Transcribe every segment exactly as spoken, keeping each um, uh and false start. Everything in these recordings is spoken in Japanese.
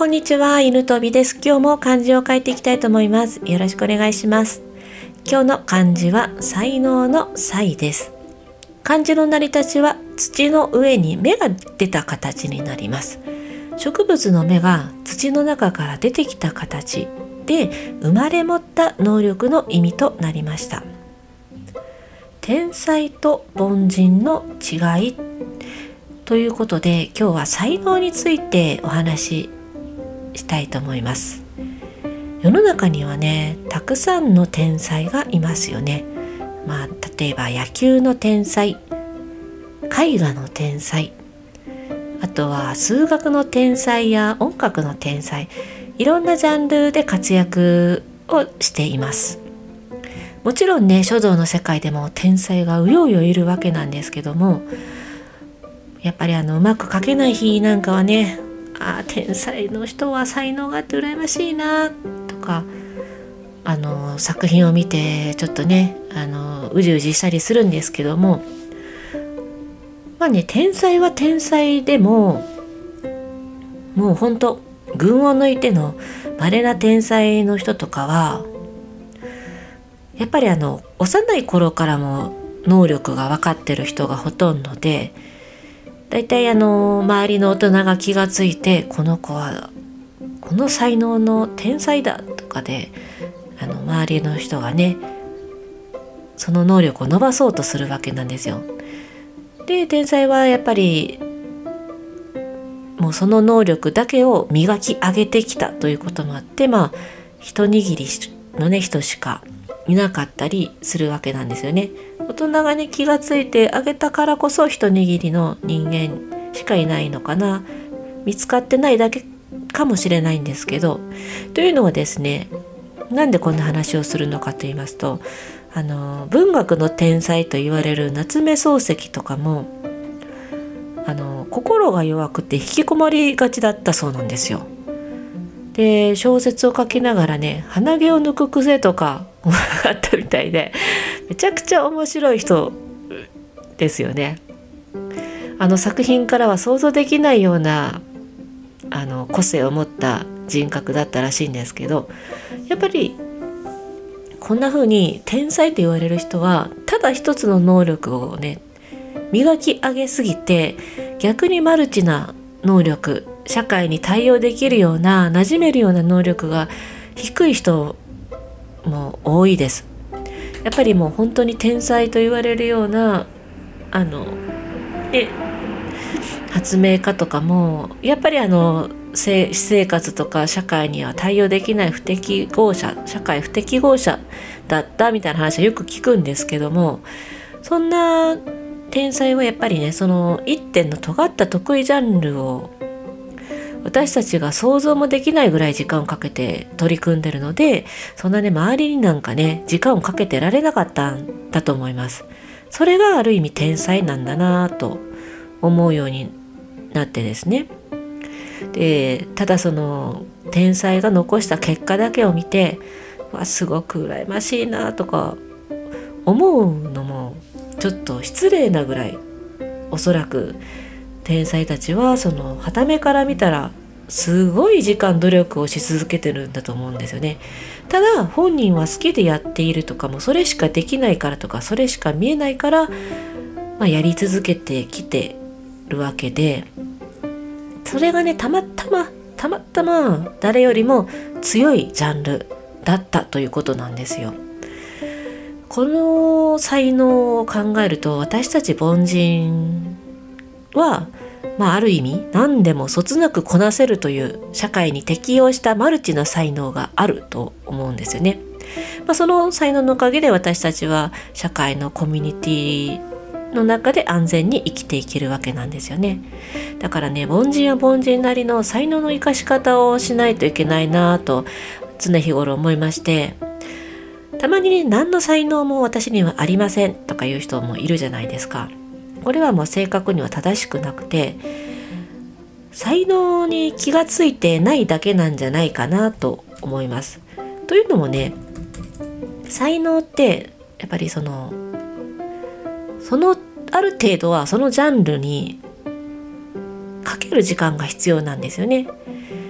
こんにちは、犬とびです。今日も漢字を書いていきたいと思います。よろしくお願いします。今日の漢字は才能の才です。漢字の成り立ちは土の上に芽が出た形になります。植物の芽が土の中から出てきた形で生まれ持った能力の意味となりました。天才と凡人の違いということで、今日は才能についてお話ししたいと思います。世の中にはね、たくさんの天才がいますよね。まあ、例えば野球の天才、絵画の天才、あとは数学の天才や音楽の天才、いろんなジャンルで活躍をしています。もちろんね、書道の世界でも天才がうようよいるわけなんですけども、やっぱりあのうまく書けない日なんかはね、あ天才の人は才能があって羨ましいなとか、あの作品を見てちょっとね、あのうじうじしたりするんですけども、まあね、天才は天才でももうほんと群を抜いての稀な天才の人とかはやっぱりあの幼い頃からも能力が分かってる人がほとんどで、だいたいあの周りの大人が気がついて、この子はこの才能の天才だとかで、あの周りの人がねその能力を伸ばそうとするわけなんですよ。で、天才はやっぱりもうその能力だけを磨き上げてきたということもあって、まあ一握りのね人しかいなかったりするわけなんですよね。大人がね気がついてあげたからこそ一握りの人間しかいないのかな、見つかってないだけかもしれないんですけど、というのはですね、なんでこんな話をするのかと言いますと、あの文学の天才と言われる夏目漱石とかもあの心が弱くて引きこもりがちだったそうなんですよ。で、小説を書きながらね、鼻毛を抜く癖とかあったみたいで、めちゃくちゃ面白い人ですよね。あの作品からは想像できないようなあの個性を持った人格だったらしいんですけど、やっぱりこんな風に天才と言われる人はただ一つの能力をね磨き上げすぎて、逆にマルチな能力、社会に対応できるような馴染めるような能力が低い人も多いです。やっぱりもう本当に天才と言われるようなあので発明家とかもやっぱりあの私生活とか社会には対応できない不適合者、社会不適合者だったみたいな話はよく聞くんですけども、そんな天才はやっぱりね、その一点の尖った得意ジャンルを私たちが想像もできないぐらい時間をかけて取り組んでるので、そんなね周りになんかね時間をかけてられなかったんだと思います。それがある意味天才なんだなと思うようになってですね。で、ただその天才が残した結果だけを見て、わすごく羨ましいなとか思うのもちょっと失礼なぐらい、おそらく天才たちはその傍目から見たらすごい時間努力をし続けてるんだと思うんですよね。ただ本人は好きでやっているとか、もそれしかできないからとか、それしか見えないから、まあ、やり続けてきてるわけで、それがねたまたまたまたま誰よりも強いジャンルだったということなんですよ。この才能を考えると、私たち凡人は、まあ、ある意味何でもそつなくこなせるという社会に適応したマルチな才能があると思うんですよね。まあ、その才能のおかげで私たちは社会のコミュニティの中で安全に生きていけるわけなんですよね。だからね、凡人は凡人なりの才能の生かし方をしないといけないなと常日頃思いまして、たまにね、何の才能も私にはありませんとかいう人もいるじゃないですか。これはもう正確には正しくなくて、才能に気がついてないだけなんじゃないかなと思います。というのもね、才能ってやっぱりそのそのある程度はそのジャンルにかける時間が必要なんですよね。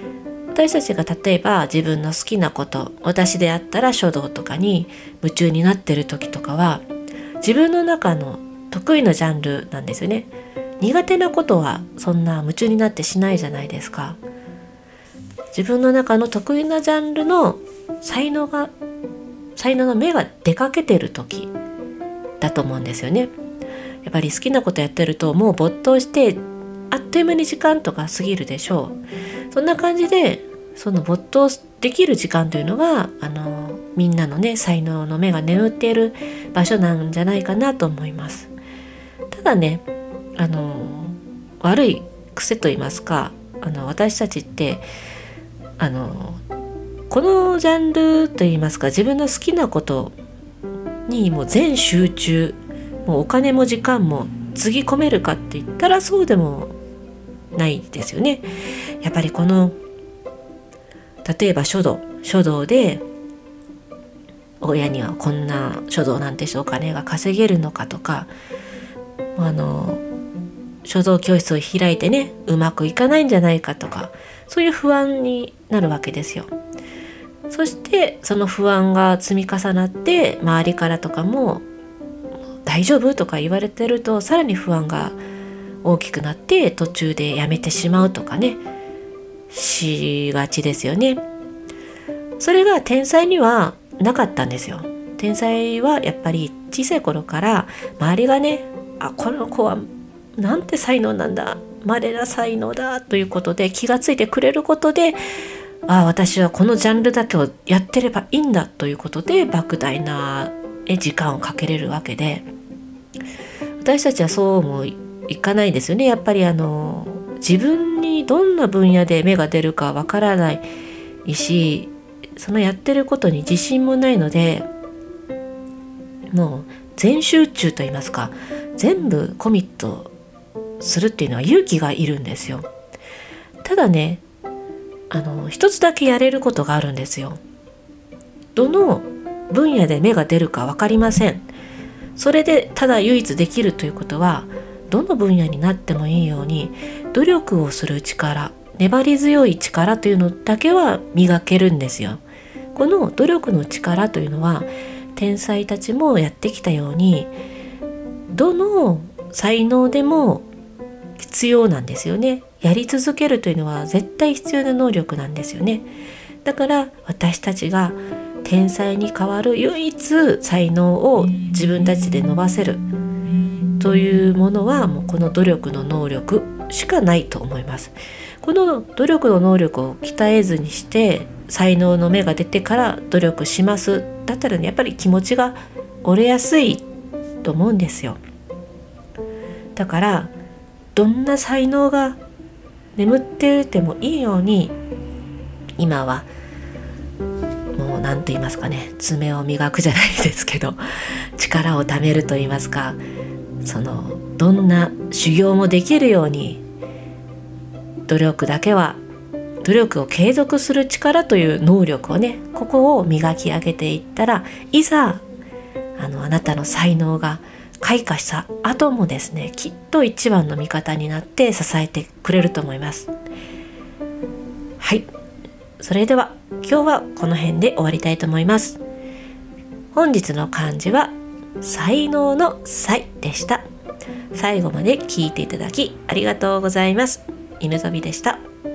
私たちが例えば自分の好きなこと、私であったら書道とかに夢中になってる時とかは、自分の中の得意なジャンルなんですよね。苦手なことはそんな夢中になってしないじゃないですか。自分の中の得意なジャンルの才能が才能の芽が出かけてる時だと思うんですよね。やっぱり好きなことやってるともう没頭してあっという間に時間とか過ぎるでしょう。そんな感じでその没頭できる時間というのがあのみんなのね才能の芽が眠っている場所なんじゃないかなと思います。ただねあの悪い癖といいますか、あの私たちってあのこのジャンルといいますか自分の好きなことにもう全集中、もうお金も時間もつぎ込めるかって言ったらそうでもないですよね。やっぱりこの例えば書道書道で親にはこんな書道なんてしてお金が稼げるのかとか、あの書道教室を開いてねうまくいかないんじゃないかとか、そういう不安になるわけですよ。そしてその不安が積み重なって周りからとかも大丈夫とか言われてるとさらに不安が大きくなって途中でやめてしまうとかねしがちですよね。それが天才にはなかったんですよ。天才はやっぱり小さい頃から周りがねあこの子はなんて才能なんだ稀な才能だということで気がついてくれることで、あ私はこのジャンルだけをやってればいいんだということで莫大な時間をかけれるわけで、私たちはそうもいかないですよね。やっぱりあの自分にどんな分野で芽が出るかわからないし、そのやってることに自信もないので、もう全集中と言いますか全部コミットするっていうのは勇気がいるんですよ。ただねあの一つだけやれることがあるんですよ。どの分野で芽が出るか分かりません。それでただ唯一できるということは、どの分野になってもいいように努力をする力、粘り強い力というのだけは磨けるんですよ。この努力の力というのは天才たちもやってきたようにどの才能でも必要なんですよね。やり続けるというのは絶対必要な能力なんですよね。だから私たちが天才に代わる唯一才能を自分たちで伸ばせるというものはもうこの努力の能力しかないと思います。この努力の能力を鍛えずにして才能の芽が出てから努力しますだったらねやっぱり気持ちが折れやすいと思うんですよ。だからどんな才能が眠っててもいいように今はもう何と言いますかね爪を磨くじゃないですけど力を貯めると言いますか、そのどんな修行もできるように努力だけは努力を継続する力という能力をねここを磨き上げていったらいざあのあなたの才能が開花した後もですねきっと一番の味方になって支えてくれると思います。はい、それでは今日はこの辺で終わりたいと思います。本日の漢字は才能の才でした。最後まで聞いていただきありがとうございます。犬飛びでした。